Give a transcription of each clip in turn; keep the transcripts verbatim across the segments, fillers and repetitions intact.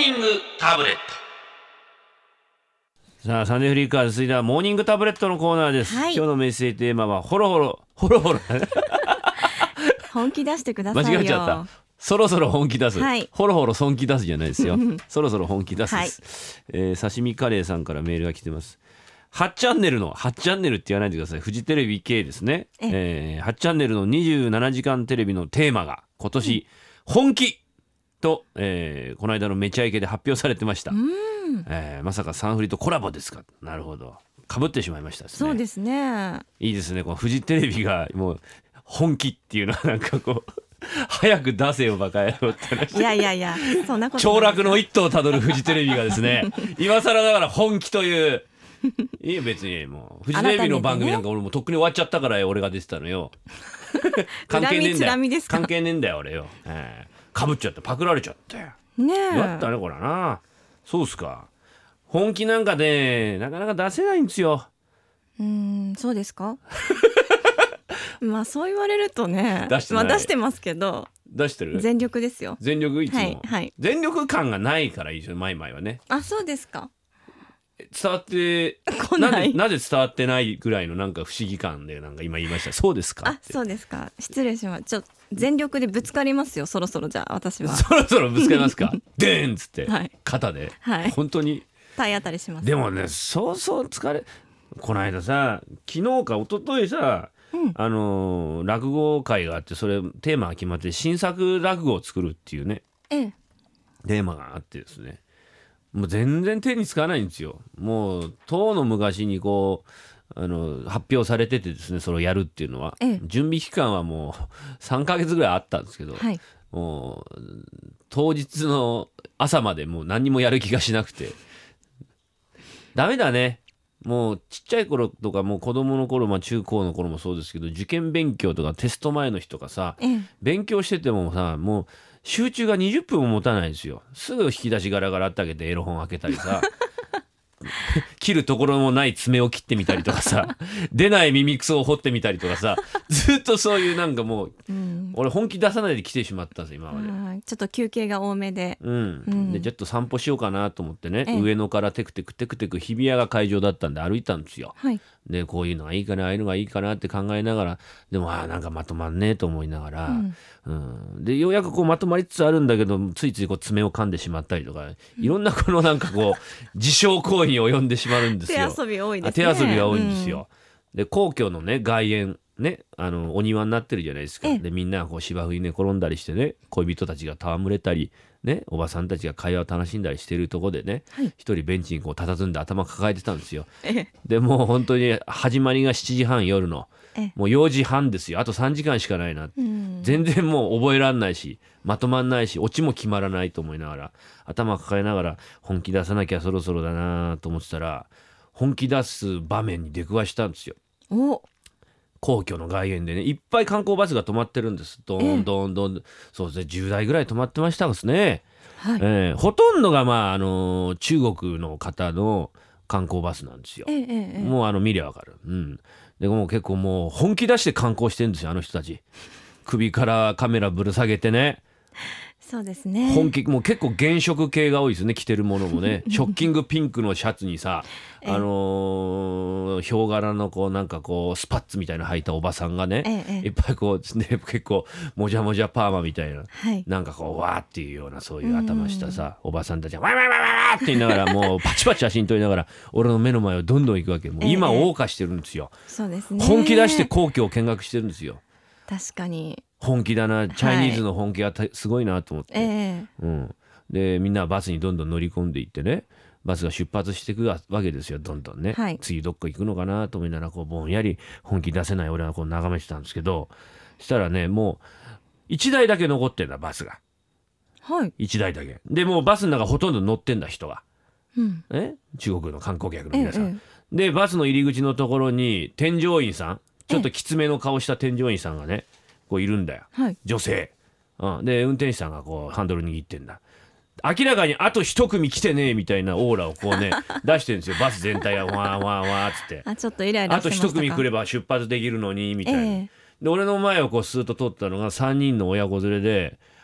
ニングタブレット。さあサンデーフリーカーズ続いてはモーニングタブレットのコーナーです、はい、今日のメッセージテーマはホロホロホロホロ本気出してくださいよ。 間違えちゃった。そろそろ本気出す、 はい、 ホロホロ損気出すじゃないですよそろそろ本気出すです、はい。えー、刺身カレーさんからメールが来てます。はちチャンネルのはちチャンネルって言わないでください。フジテレビ系ですね。ええー、はちチャンネルのにじゅうななじかんテレビのテーマが今年本気と、えー、この間のめちゃイケで発表されてました。うん、えー、まさかサンフリとコラボですか。なるほど、被ってしまいましたですね。 そうですね。 いいですね。このフジテレビがもう本気っていうのはなんかこう早く出せよバカ野郎って話。 いやいやいや、そんなこと凋落の一途をたどるフジテレビがですね今更ながら本気といういいよ別に。もうフジテレビの番組なんか俺もとっくに終わっちゃったから俺が出てたのよ関係ねえんだよ関係ねえんだよ俺よ、えー、かぶっちゃってパクられちゃってねえやったねこれな。そうっすか。本気なんかでなかなか出せないんですよ。 うーん、そうですかまあそう言われるとね、 出してない、 まあ、出してますけど。 出してる。 全力ですよ。 全力いつも、 はいはい、 全力感がないからいいですよマイマイはね。 あ、そうですか。 伝わってなぜ、なぜ伝わってないぐらいのなんか不思議感でなんか今言いました。そうですかって。 あ、そうですか。失礼します。ちょっと全力でぶつかりますよそろそろ。じゃあ私はそろそろぶつかりますかでーんっつって、はい、肩で、 はい、 本当に体当たりします。 でもね、そうそう疲れ。この間さ、昨日か一昨日さ、うん、あのー、落語会があって、それテーマが決まって新作落語を作るっていうね、 ええ、 テーマがあってですね、もう全然手につかないんですよ。もうとうの昔にこうあの発表されててですね、それをやるっていうのは、ええ、準備期間はもうさんかげつぐらいあったんですけど、はい、もう当日の朝までもう何にもやる気がしなくてダメだね。もうちっちゃい頃とかもう子供の頃、まあ、中高の頃もそうですけど、受験勉強とかテスト前の日とかさ、ええ、勉強しててもさ、もう集中がにじゅっぷんも持たないんですよ。すぐ引き出しガラガラって開けてエロ本開けたりさ切るところもない爪を切ってみたりとかさ出ない耳くそを掘ってみたりとかさ、ずっとそういうなんかもう、うん、俺本気出さないで来てしまったんです今まで。 ちょっと休憩が多めで、 うんうん、でちょっと散歩しようかなと思ってね、上野からテクテクテクテク日比谷が会場だったんで歩いたんですよ、はい、でこういうのがいいかなああいうのがいいかなって考えながら、でもあなんかまとまんねえと思いながら、うんうん、でようやくこうまとまりつつあるんだけど、ついついこう爪を噛んでしまったりとか、いろんなこのなんかこう自傷行為に及んでしまうんですよ。 手遊び多いですね。 手遊びが多いんですよ、うん、で皇居のね外苑ね、あのお庭になってるじゃないですか。でみんなこう芝生に寝転んだりしてね、恋人たちが戯れたりね、おばさんたちが会話を楽しんだりしてるとこでね、はい、一人ベンチにこう佇んで頭抱えてたんですよ。でもう本当に始まりがしちじはん、夜のもうよじはんですよ。あとさんじかんしかないな、うん、全然もう覚えらんないしまとまんないしオチも決まらないと思いながら、頭抱えながら本気出さなきゃそろそろだなと思ってたら、本気出す場面に出くわしたんですよ。お皇居の外苑でね、いっぱい観光バスが止まってるんです。どんどんどん、そうですね、じゅうだいぐらい止まってましたですね、はい、えー、ほとんどが、まああのー、中国の方の観光バスなんですよ、えええ、もうあの見りゃわかる、うん、でもう結構もう本気出して観光してるんですよあの人たち。首からカメラぶる下げてね。 そうですね、 本気もう結構原色系が多いですね。着てるものもねショッキングピンクのシャツにさ、あのー、ヒョウ柄のこうなんかこうスパッツみたいな履いたおばさんがね、ええ、いっぱいこう、ね、結構もじゃもじゃパーマみたいな、はい、なんかこうわーっていうようなそういう頭したさおばさんたちがわーわーわーわーって言いながらもうパチパチ写真撮りながら俺の目の前をどんどん行くわけ。もう今謳歌してるんですよ、ええ、 そうですね、 本気出して皇居を見学してるんですよ。 確かに本気だな、チャイニーズの本気がすごいなと思って、はい、えーうん、でみんなバスにどんどん乗り込んでいってね、バスが出発していくわけですよ、どんどんね、はい、次どっか行くのかなと思いながらこうぼんやり本気出せない俺はこう眺めてたんですけど、したらねもういちだいだけ残ってんだバスが、はい、いちだいだけでもうバスの中ほとんど乗ってんだ人が、うん、え中国の観光客の皆さん、ええ、でバスの入り口のところに添乗員さん、ちょっときつめの顔した添乗員さんがねこういるんだよ、はい、女性、うん、で運転手さんがこうハンドル握ってんだ。明らかにあと一組来てねみたいなオーラをこうね出してるんですよバス全体がわーわーわーっつって。 あちょっとイライラしてましたか。 あと一組来れば出発できるのにみたいな、えー、で俺の前をこうスーッと通ったのがさんにんの親子連れで、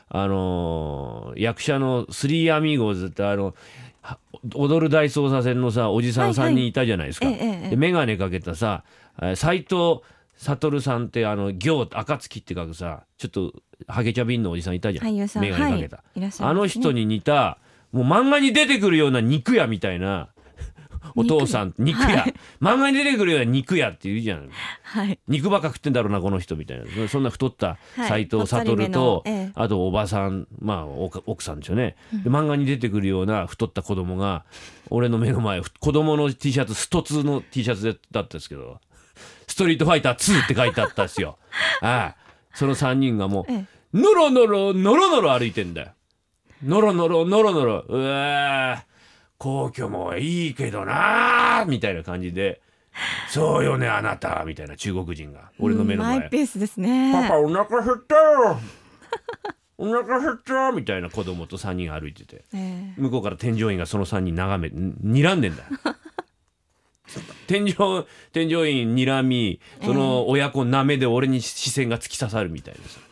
あのー役者のスリーアミーゴーズってあの踊る大捜査線のさおじさんさんにんいたじゃないですか、 はいはいええで眼鏡かけたさ斎藤悟さんってあの行暁って書くさちょっとハゲ茶瓶のおじさんいたじゃん、 俳優さん眼鏡かけた、 はいいらっしゃいますねあの人に似たもう漫画に出てくるような肉屋みたいなお父さん肉屋、 はい漫画に出てくるような肉屋って言うじゃん、 はい肉ばっか食ってんだろうなこの人みたいなそんな太ったはい斎藤悟と、 ぽっちゃりめのええあとおばさんまあお奥さんですよね、で漫画に出てくるような太った子供が俺の目の前子供の T シャツストツーの T シャツだったんですけどストリートファイターツーって書いてあったんですよああそのさんにんがもうええノロノロノロノロ歩いてんだよノロノロノロノロうわー皇居もいいけどなーみたいな感じでそうよねあなたみたいな中国人が俺の目の前、 マイペースですね。 パパお腹減ったよお腹減ったみたいな子供とさんにん歩いててええ向こうから添乗員がそのさんにん眺め睨んでんだよ添乗添乗員睨みその親子なめで俺に視線が突き刺さるみたいなさ、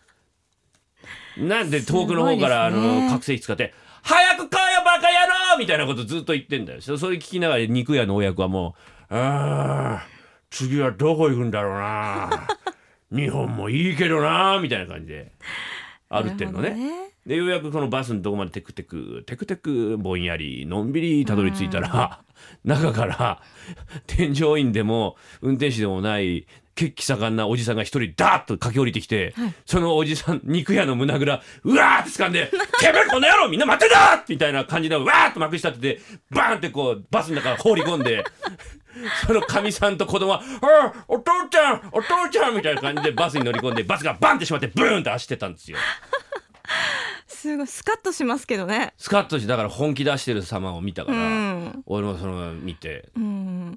なんで遠くの方からあすごいですねの拡声器使って早く来いよバカ野郎みたいなことずっと言ってんだよ。それ聞きながら肉屋の親子はもうあー次はどこ行くんだろうな日本もいいけどなみたいな感じで歩ってんのね。 なるほどねでようやくこのバスのとこまでテクテクテクテクぼんやりのんびりたどり着いたら中から添乗員でも運転手でもない血気盛んなおじさんが一人ダーッと駆け下りてきて、はい、そのおじさん肉屋の胸ぐらうわーって掴んで「てめえこの野郎みんな待ってた!」みたいな感じでわーっとまくし立ててバーンってこうバスの中から放り込んでそのかみさんと子供は「ああお父ちゃんお父ちゃん!」みたいな感じでバスに乗り込んでバスがバンってしまってブーンって走ってたんですよ。 すごいスカッとしますけどね。 スカッとしてだから本気出してる様を見たから、 うん、 俺もその見て、 うん、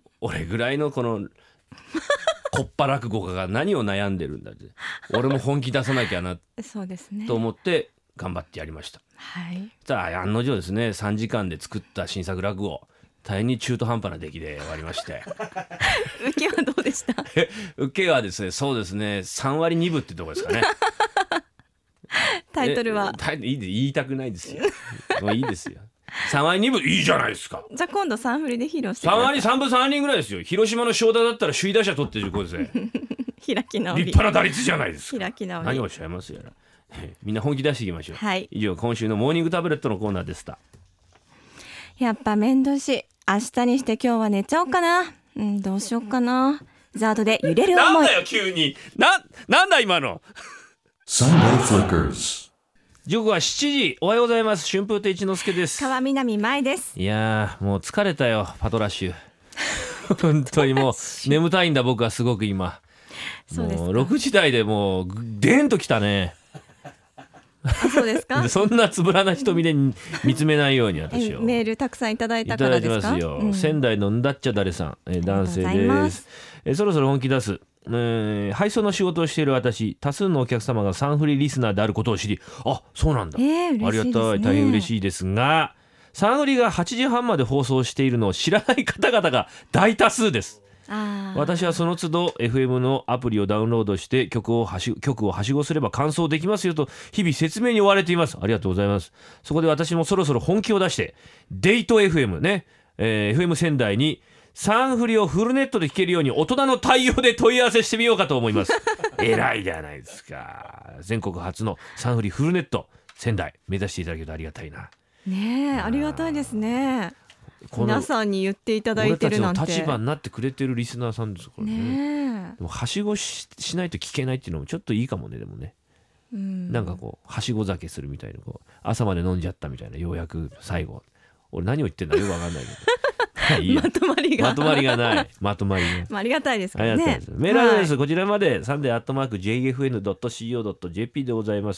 俺ぐらいのこのこっぱ落語家が何を悩んでるんだって俺も本気出さなきゃなそうですねと思って頑張ってやりました。 はい、 さあ案の定ですねさんじかんで作った新作落語大変に中途半端な出来で終わりまして受けはどうでした受けはですねそうですねさんわりにぶってとこですかねタイトルはタイいいで言いたくないですよもういいですよさんわりにぶいいじゃないですか。 じゃあ今度さん振りで披露してください。 さんわりさんぶさんにんぐらいですよ。広島の正田だったら首位打者取ってる子ですね開き直り立派な打率じゃないですか。 開き直り何をおっしゃいますやらみんな本気出していきましょう、 はい、 以上今週のモーニングタブレットのコーナーでした。 やっぱ面倒しい明日にして今日は寝ちゃおうかな、うん、どうしようかなザードで揺れる思いなんだよ急にな、なんだ今の Sunday Flickers。 時刻はしちじおはようございます春風亭一之輔です。 川南舞です。 いやーもう疲れたよパトラッシュ本当にもう眠たいんだ僕はすごく今そうですか。 もうろくじ台でもうデーンときたねあそうですかそんなつぶらな瞳で見つめないように私をメールたくさんいただいたいただいてからですか。 ますよ、 うん、 仙台のんだっちゃだれさん、えー男性ありがとうございまですす。えーそろそろ本気出す、えー配送の仕事をしている私多数のお客様がサンフリリスナーであることを知りあそうなんだ、 えー、嬉しいですね。 ありがたい大変嬉しいですがサンフリがはちじはんまで放送しているのを知らない方々が大多数です。 あ私はその都度 エフエム のアプリをダウンロードして曲をはし曲をはしごすれば完走できますよと日々説明に追われています。ありがとうございます。そこで私もそろそろ本気を出してデート エフエム ね、えー、エフエム 仙台にサンフリをフルネットで聴けるように大人の対応で問い合わせしてみようかと思います偉いじゃないですか。全国初のサンフリフルネット仙台目指していただけるとありがたいな。 ねえありがたいですね。皆さんに言っていただいてるなんて俺たちの立場になってくれてるリスナーさんですから ね, ねでもはしご し, しないと聞けないっていうのもちょっといいかもね。でもね、うん、なんかこうはしご酒するみたいなこう朝まで飲んじゃったみたいなようやく最後俺何を言ってんだよくわかんないけどいいまとまりがまとまりがないまとまりがまあ、ありがたいですからね。 メールアドレス、はい、こちらまでサンデーアットマーク ジェイエフエヌドットシーオードットジェーピー でございます。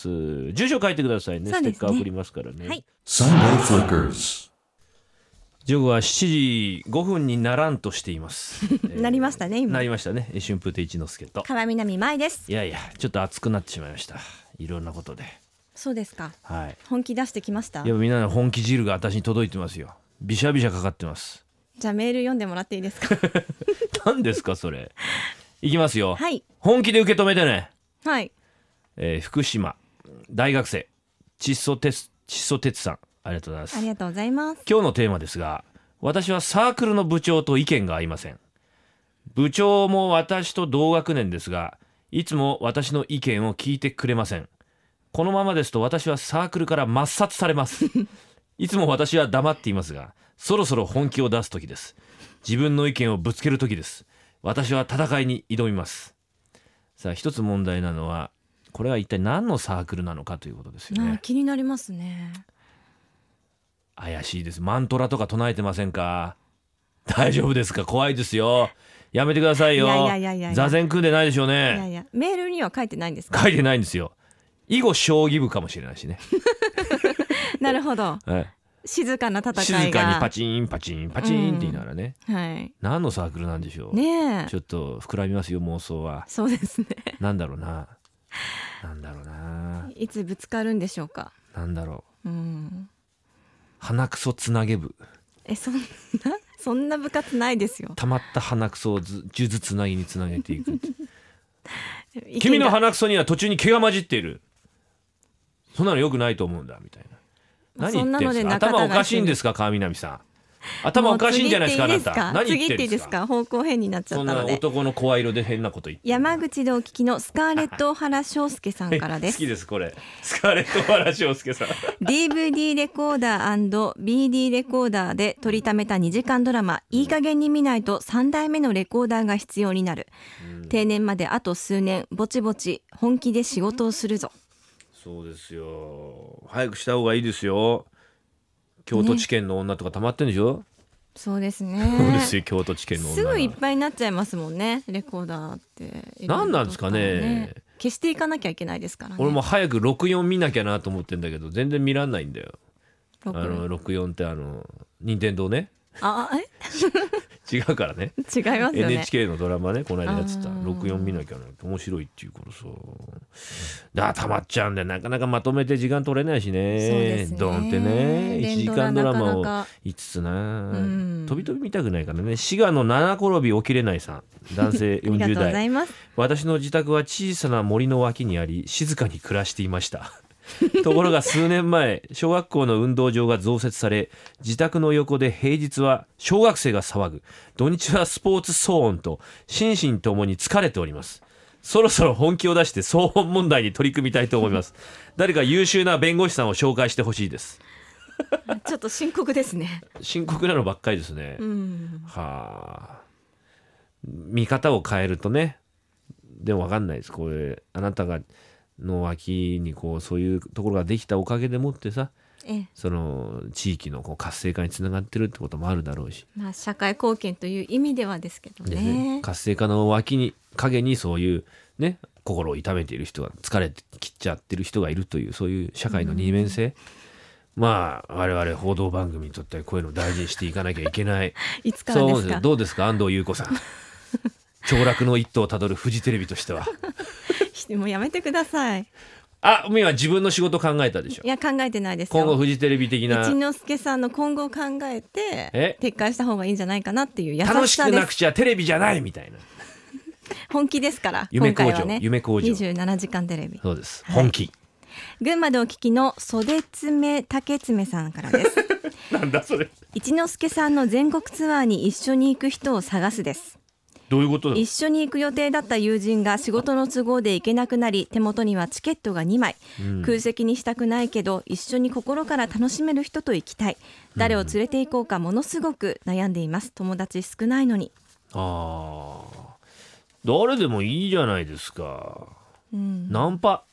住所書いてください ね, ねステッカー送りますからね、はい、 Sunday Flickers。 時刻はしちじごふんにならんとしていますなりましたね今。 なりましたね。春風亭一之輔と川南舞です。 いやいやちょっと熱くなってしまいましたいろんなことで。 そうですか、 はい、 本気出してきました。 いやみんなの本気汁が私に届いてますよ。ビシャビシャかかってます。 じゃあメール読んでもらっていいですか何ですかそれ。いきますよ、 はい、 本気で受け止めてね。 はい、 えー、福島大学生窒素鉄窒素鉄さん、ありがとうございます。 ありがとうございます。 今日のテーマですが、私はサークルの部長と意見が合いません。部長も私と同学年ですが、いつも私の意見を聞いてくれません。このままですと私はサークルから抹殺されますいつも私は黙っていますが、そろそろ本気を出す時です。自分の意見をぶつける時です。私は戦いに挑みます。さあ、一つ問題なのは、これは一体何のサークルなのかということですよね。 気になりますね。 怪しいです。マントラとか唱えてませんか？大丈夫ですか？怖いですよ。やめてくださいよ。 いやいやいやいやいや、 座禅組んでないでしょうね。 いやいや、メールには書いてないんですか？ 書いてないんですよ。囲碁将棋部かもしれないしねなるほど、 はい、 静かな戦いが静かにパチンパチンパチンって言いながらね、 うん、はい、 何のサークルなんでしょうねえ。 ちょっと膨らみますよ、妄想は。 そうですね。 なんだろうななんだろうないつぶつかるんでしょうか。 なんだろう、 うん、 鼻くそつなげ部。 え、そんなそんな部活ないですよ。 溜まった鼻くそをず数珠つなぎにつなげていく君の鼻くそには途中に毛が混じっている、そんなの良くないと思うんだみたいな。何言ってんすか？頭おかしいんですか？川南さん、頭おかしいんじゃないですか？あなた何言ってんですか？次っていいですか？ 方向変になっちゃったので。 そんな男の声色で変なこと言って。 山口でお聞きのスカーレット原翔介さんからです。 好きです、これスカーレット原翔介さんディーブイディー レコーダー ビーディー レコーダーで撮りためたにじかんドラマ、いい加減に見ないとさんだいめのレコーダーが必要になる、うん、定年まであと数年、ぼちぼち本気で仕事をするぞ。 そうですよ、早くした方がいいですよ。京都地検の女とか溜まってんでしょ、ね、 そうですね。 そうですよ、京都地検の女すぐいっぱいになっちゃいますもんね、レコーダーって。 何なんですか ね, ね消していかなきゃいけないですからね。 俺も早くろくじゅうよん見なきゃなと思ってんだけど、全然見らんないんだよ。あのろくじゅうよんってあの任天堂ね。あえ違うからね。 違いますよね。 エヌエイチケー のドラマね、この間やってたろくじゅうよん見なきゃなって面白いっていうからさ、だから溜まっちゃうんで、なかなかまとめて時間取れないしね。そうですね、ドンってねいちじかんドラマをいつつな、飛び飛び見たくないからね。滋賀の七転び起きれないさん、男性よんじゅう代私の自宅は小さな森の脇にあり、静かに暮らしていましたところが数年前、小学校の運動場が増設され、自宅の横で平日は小学生が騒ぐ、土日はスポーツ騒音と心身ともに疲れております。そろそろ本気を出して騒音問題に取り組みたいと思います誰か優秀な弁護士さんを紹介してほしいですちょっと深刻ですね。 深刻なのばっかりですね、うん、はあ、見方を変えるとね。でも分かんないです、これあなたがの脇にこうそういうところができたおかげでもってさ、ええ、その地域のこう活性化につながってるってこともあるだろうし、 まあ、社会貢献という意味ではですけど ね, ね活性化の脇に影にそういうね、心を痛めている人が、疲れてきちゃってる人がいるという、そういう社会の二面性、うん、まあ我々報道番組にとってはこういうのを大事にしていかなきゃいけないいつからですか？ そうどうですか、安藤優子さん凋落の一途をたどるフジテレビとしてはもうやめてください。 あ、今自分の仕事考えたでしょ。 いや考えてないですよ。 今後フジテレビ的な一之輔さんの今後を考えて撤回した方がいいんじゃないかなっていう優しさです。 楽しくなくちゃテレビじゃないみたいな本気ですから夢工場、 今回はね、 夢工場にじゅうななじかんテレビ、 そうです、はい、本気。 群馬でお聞きの袖爪竹爪さんからですなんだそれ。 一之輔さんの全国ツアーに一緒に行く人を探すです。 どういうことだ。 一緒に行く予定だった友人が仕事の都合で行けなくなり、手元にはチケットがにまい、うん、空席にしたくないけど一緒に心から楽しめる人と行きたい、誰を連れて行こうかものすごく悩んでいます。友達少ないのに。 あー、誰でもいいじゃないですか、うん、ナンパ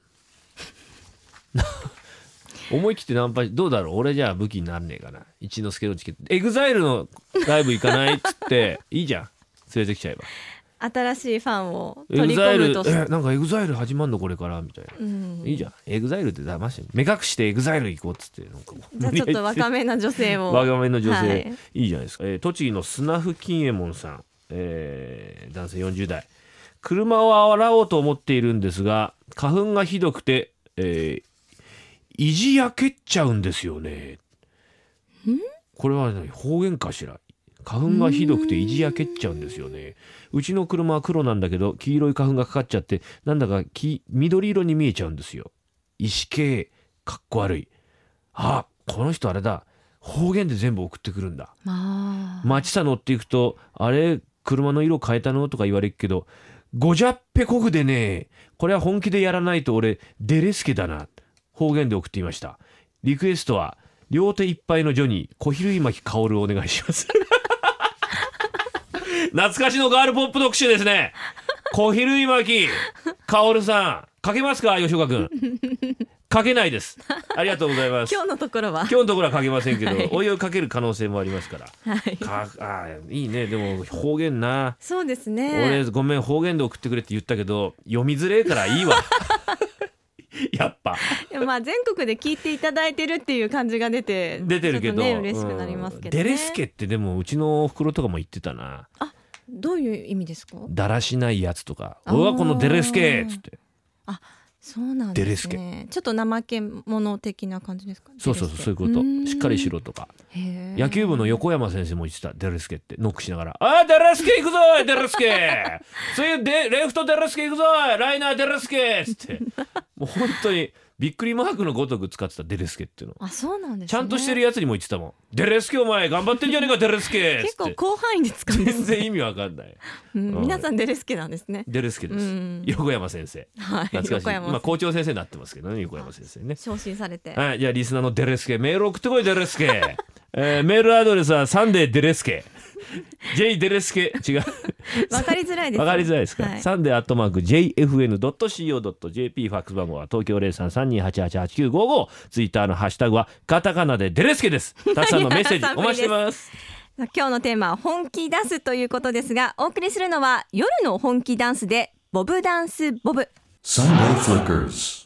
思い切ってナンパ、どうだろう。俺じゃあ武器になんねえかな、一之輔のチケット。エグザイルのライブ行かないっつっていいじゃん、連れてきちゃえば。 新しいファンを取り込むと。 えなんかエグザイル始まんのこれからみたいな、うん、いいじゃん。エグザイルって騙して目隠してエグザイル行こうっつって、なんかじゃあちょっと若めな女性を若めの女性、はい、いいじゃないですか、えー、栃木のスナフ金右衛門さん、えー、男性よんじゅう代。車を洗おうと思っているんですが花粉がひどくて、えー、意地焼けっちゃうんですよね。んこれは、ね、方言かしら。花粉がひどくて意地焼けっちゃうんですよね。うちの車は黒なんだけど黄色い花粉がかかっちゃって、なんだか黄緑色に見えちゃうんですよ。石系かっこ悪い、あこの人あれだ方言で全部送ってくるんだ。 あー町さ乗っていくとあれ車の色変えたのとか言われるけどごじゃっぺこぐでねこれは本気でやらないと俺デレスケだな方言で送っていました。リクエストは両手いっぱいのジョニー小比類巻薫をお願いします懐かしのガールポップ特集ですね。小比類巻薫さん書けますか吉岡君。書けないです。ありがとうございます。 今日のところは今日のところは書けませんけど、 はい、 おいおい書ける可能性もありますから、 はい、 かあいいね。でも方言な、 そうですね。 俺ごめん方言で送ってくれって言ったけど読みづれえからいいわやっぱでもまあ全国で聞いていただいてるっていう感じが出て出てるけど、 ちょっとね嬉しくなりますけどね、 うん、デレスケってでもうちのお袋とかも言ってたな。 あ、どういう意味ですか。 だらしないやつとか、 あーうわこのデレスケっつって。 あ、そうなんですね。 デレスケちょっと怠け者的な感じですか。 そうそうそう、そういうこと。しっかりしろとか。 へー野球部の横山先生も言ってた。デレスケってノックしながら、あーデレスケ行くぞデレスケそういうでレフトデレスケ行くぞライナーデレスケっつってもう本当にびっくりマークのごとく使ってたデレスケっていうの。 あ、そうなんですね。 ちゃんとしてるやつにも言ってたもん。デレスケお前頑張ってんじゃねえかデレスケっつ結って構広範囲で使うんですね。 全然意味わかんない、 うんうん皆さんデレスケなんですね。 デレスケです、 うん横山先生、 はい、 懐かしい。 横山今校長先生になってますけどね、横山先生ね。 昇進されて、 はい、じゃあリスナーのデレスケメール送ってこいデレスケ、えー、メールアドレスはサンデーデレスケJ デレスケ違うわかりづらいです、ね、 わかりづらいですか、 はい、 サンデーアットマーク ジェイエフエヌドットシーオードットジェーピー ファックス番号は東京 ゼロさん さんにーはちはちはちきゅうごご、ツイッターのハッシュタグはカタカナでデレスケです。たくさんのメッセージお待ちしてます今日のテーマは本気ダンスということですが、お送りするのは夜の本気ダンスでボブダンスボブ。 Sunday Flickers.